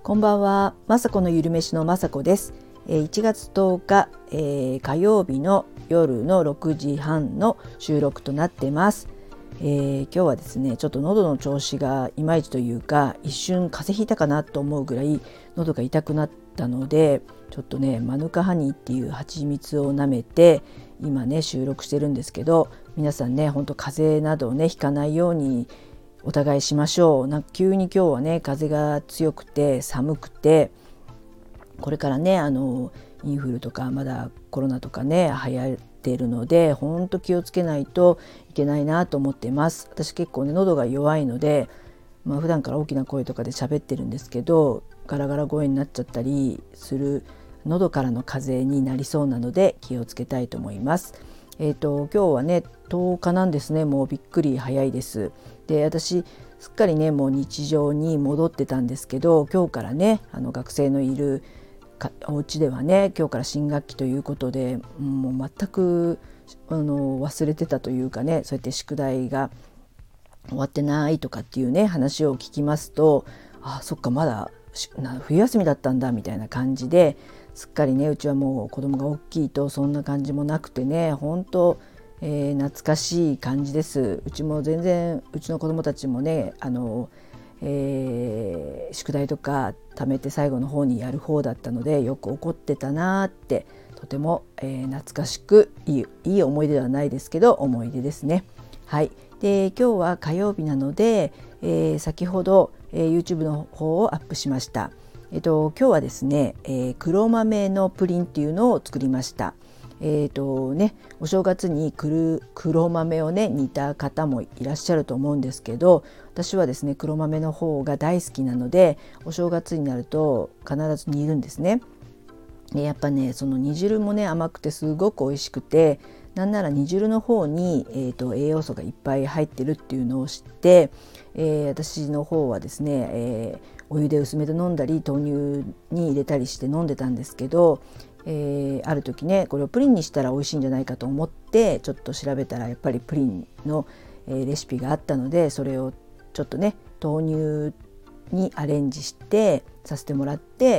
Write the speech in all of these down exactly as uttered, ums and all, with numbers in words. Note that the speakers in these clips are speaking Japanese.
こんばんは、まさこのゆるめしのまさこです。いちがつとおか、えー、火曜日の夜のろくじはんの収録となっています。えー、今日はですね、ちょっと喉の調子がいまいちというか、一瞬風邪ひいたかなと思うぐらい喉が痛くなったので、ちょっとねマヌカハニーっていう蜂蜜を舐めて今ね収録してるんですけど、皆さんねほんと風邪などをねひかないようにお互いしましょう。なんか急に今日はね風が強くて寒くて、これからねあのインフルとかまだコロナとかね流行っているので、本当気をつけないといけないなと思っています。私結構ね喉が弱いので、まあ普段から大きな声とかで喋ってるんですけど、ガラガラ声になっちゃったりする喉からの風邪になりそうなので気をつけたいと思います。えーと、今日はねとおかなんですね。もうびっくり早いです。で、私すっかりねもう日常に戻ってたんですけど、今日からねあの学生のいるお家ではね今日から新学期ということで、もう全くあの忘れてたというかね、そうやって宿題が終わってないとかっていうね話を聞きますと、あそっかまだ冬休みだったんだみたいな感じで、すっかりねうちはもう子供が大きいとそんな感じもなくてね、本当、えー、懐かしい感じです。うちも全然うちの子供たちもねあの、えー、宿題とか貯めて最後の方にやる方だったので、よく怒ってたなってとても、えー、懐かしくいい、いい思い出ではないですけど思い出ですね。はい。で、今日は火曜日なので、えー、先ほど、えー、YouTube の方をアップしました。えっと、今日はですね、えー、黒豆のプリンっていうのを作りました。えーとね、お正月に黒豆をね煮た方もいらっしゃると思うんですけど、私はですね黒豆の方が大好きなので、お正月になると必ず煮るんですね。やっぱねその煮汁もね甘くてすごく美味しくて、なんなら煮汁の方に、えーと栄養素がいっぱい入ってるっていうのを知って、えー、私の方はですね、えー、お湯で薄めて飲んだり豆乳に入れたりして飲んでたんですけど、えー、ある時ねこれをプリンにしたら美味しいんじゃないかと思ってちょっと調べたら、やっぱりプリンの、えー、レシピがあったので、それをちょっとね豆乳にアレンジしてさせてもらって、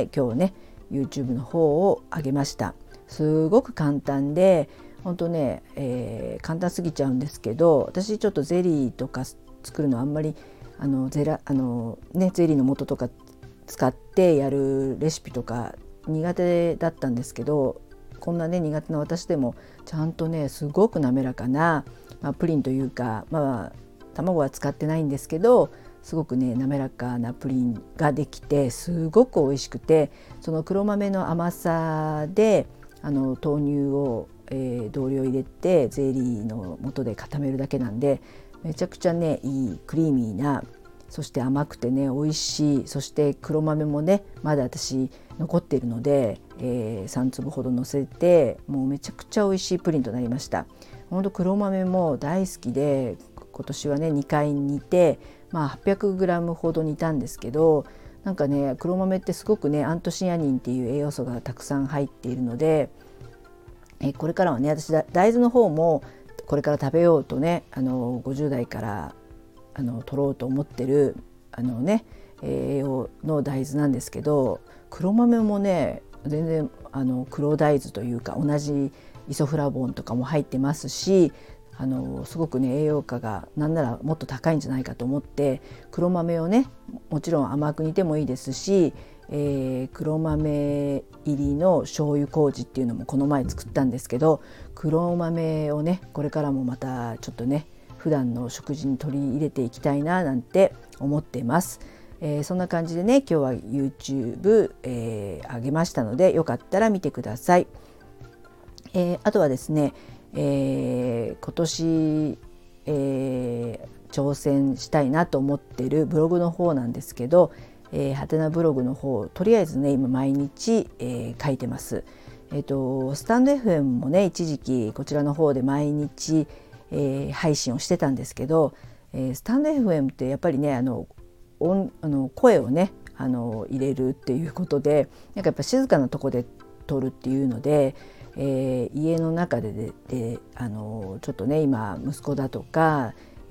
今日ね YouTube の方を上げました。すごく簡単で本当ね、えー、簡単すぎちゃうんですけど、私ちょっとゼリーとか作るのあんまりあのゼラあの、ね、ゼリーの素とか使ってやるレシピとか苦手だったんですけど、こんなね苦手な私でもちゃんとねすごく滑らかな、まあ、プリンというか、まあ卵は使ってないんですけど、すごくね滑らかなプリンができてすごく美味しくて、その黒豆の甘さであの豆乳を、えー、同量入れてゼリーの素で固めるだけなんで、めちゃくちゃねいいクリーミーな、そして甘くてね美味しい、そして黒豆もねまだ私残っているので、えー、さんつぶほど乗せて、もうめちゃくちゃ美味しいプリンとなりました。ほんと黒豆も大好きで、今年はねにかい煮て、まあ、はっぴゃくグラム ほど煮たんですけど、なんかね黒豆ってすごくねアントシアニンっていう栄養素がたくさん入っているので、えこれからはね私大豆の方もこれから食べようとね、あのごじゅう代からあの取ろうと思ってるあのね栄養の大豆なんですけど、黒豆もね全然あの黒大豆というか同じイソフラボンとかも入ってますし、あのすごくね栄養価がなんならもっと高いんじゃないかと思って、黒豆をねもちろん甘く煮てもいいですし、えー、黒豆入りの醤油麹っていうのもこの前作ったんですけど、黒豆をねこれからもまたちょっとね普段の食事に取り入れていきたいななんて思っています。えー、そんな感じでね今日は YouTube、えー、上げましたので、よかったら見てください。えー、あとはですね、えー、今年、えー、挑戦したいなと思っているブログの方なんですけど、えー、はてなブログの方とりあえずね今毎日、えー、書いてます。えーと、スタンド エフエム もね一時期こちらの方で毎日、えー、配信をしてたんですけど、えー、スタンド エフエム ってやっぱりねあの音あの声をねあの入れるっていうことで、なんかやっぱ静かなとこで撮るっていうので、えー、家の中ででであのちょっとね今息子だとか、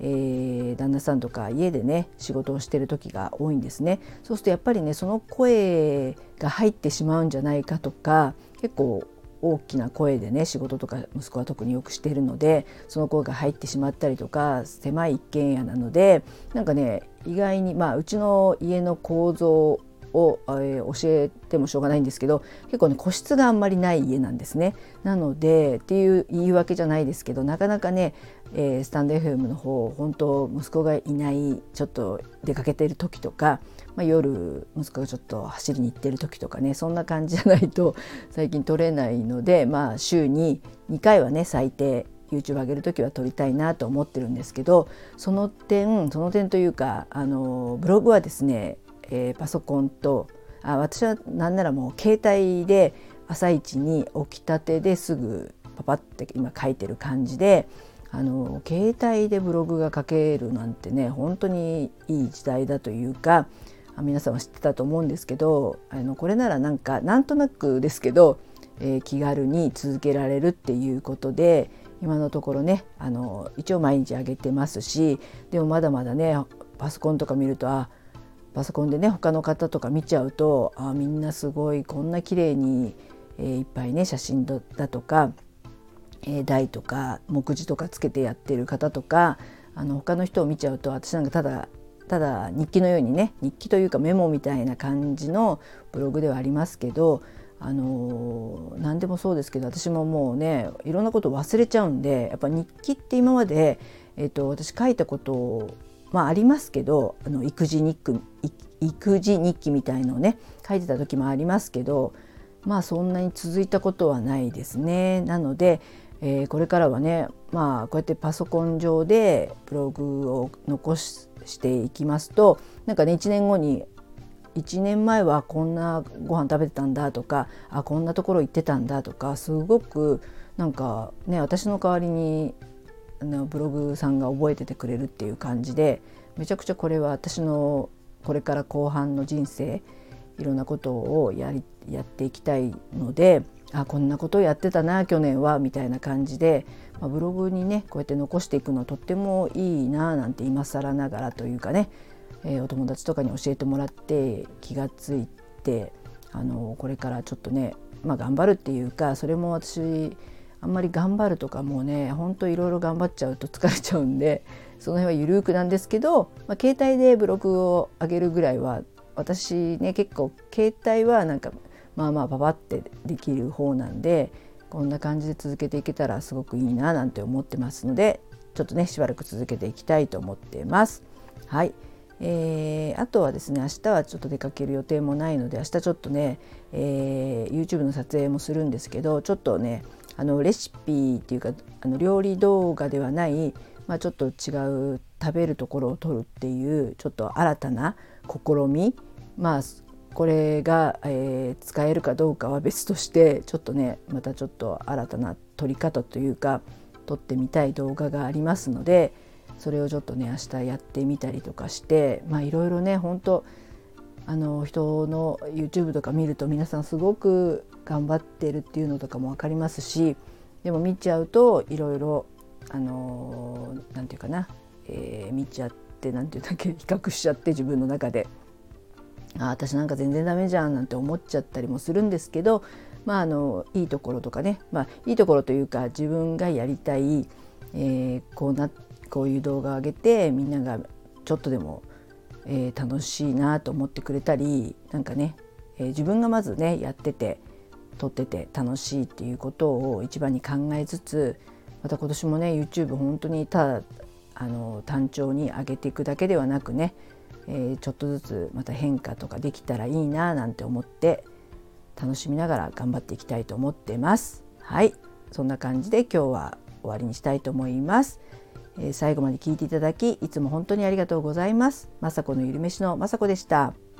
えー、旦那さんとか家でね仕事をしてる時が多いんですね。そうするとやっぱりねその声が入ってしまうんじゃないかとか、結構大きな声でね仕事とか息子は特によくしているので、その声が入ってしまったりとか、狭い一軒家なのでなんかね意外にまあうちの家の構造を、えー、教えてもしょうがないんですけど、結構ね個室があんまりない家なんですね。なのでっていう言い訳じゃないですけど、なかなかね、えー、スタンド エフエム の方本当息子がいないちょっと出かけている時とか、まあ、夜息子がちょっと走りに行ってる時とかね、そんな感じじゃないと最近撮れないので、まあ週ににかいはね最低 YouTube 上げる時は撮りたいなと思ってるんですけど、その点その点というかあのブログはですね、えー、パソコンとあ私はなんならもう携帯で朝一に起きたてですぐパパって今書いてる感じで、あの携帯でブログが書けるなんてね本当にいい時代だというか、皆さんは知ってたと思うんですけど、あのこれならなんかなんとなくですけど、えー、気軽に続けられるっていうことで今のところねあの一応毎日上げてますし、でもまだまだねパソコンとか見るとあパソコンでね他の方とか見ちゃうとあみんなすごいこんな綺麗に、えー、いっぱいね写真だとか、えー、台とか目次とかつけてやってる方とか、あの他の人を見ちゃうと私なんかただただ日記のようにね、日記というかメモみたいな感じのブログではありますけど、あの何でもそうですけど私ももうねいろんなこと忘れちゃうんで、やっぱ日記って今まで、えーと、私書いたことをまあありますけど、あの育児日記育児日記みたいのをね書いてた時もありますけど、まあそんなに続いたことはないですね。なので、えー、これからはねまあこうやってパソコン上でブログを残ししていきますと、なんかねいちねんごにいちねんまえはこんなご飯食べてたんだとか、あこんなところ行ってたんだとか、すごくなんかね私の代わりにあのブログさんが覚えててくれるっていう感じで、めちゃくちゃこれは私のこれから後半の人生いろんなことをやりやっていきたいので、あこんなことをやってたな去年はみたいな感じで、まあ、ブログにねこうやって残していくのとってもいいななんて今更ながらというかね、えー、お友達とかに教えてもらって気がついて、あのこれからちょっとね、まあ、頑張るっていうか、それも私あんまり頑張るとかもうねほんといろいろ頑張っちゃうと疲れちゃうんで、その辺はゆるくなんですけど、まあ、携帯でブログを上げるぐらいは私ね結構携帯はなんかまあまあパパってできる方なんで、こんな感じで続けていけたらすごくいいななんて思ってますので、ちょっとねしばらく続けていきたいと思ってます。はい、えー、あとはですね明日はちょっと出かける予定もないので、明日ちょっとね、えー、YouTube の撮影もするんですけど、ちょっとねあのレシピっていうかあの料理動画ではない、まあ、ちょっと違う食べるところを撮るっていうちょっと新たな試み、まあこれが、えー、使えるかどうかは別として、ちょっとねまたちょっと新たな撮り方というか撮ってみたい動画がありますので、それをちょっとね明日やってみたりとかして、まあいろいろね本当あの人の YouTube とか見ると皆さんすごく頑張ってるっていうのとかも分かりますし、でも見ちゃうといろいろあのなんていうかな、えー、見ちゃってなんていうんだっけ比較しちゃって自分の中で。あ私なんか全然ダメじゃんなんて思っちゃったりもするんですけど、まああのいいところとかね、まあいいところというか自分がやりたい、えー、こうなこういう動画を上げてみんながちょっとでも、えー、楽しいなと思ってくれたり、なんかね、えー、自分がまずねやってて撮ってて楽しいっていうことを一番に考えつつ、また今年もね YouTube 本当にただあの単調に上げていくだけではなくね、えー、ちょっとずつまた変化とかできたらいいななんて思って楽しみながら頑張っていきたいと思ってます。はい、そんな感じで今日は終わりにしたいと思います。えー、最後まで聞いていただきいつも本当にありがとうございます。まさこのゆるめしのまさこでした。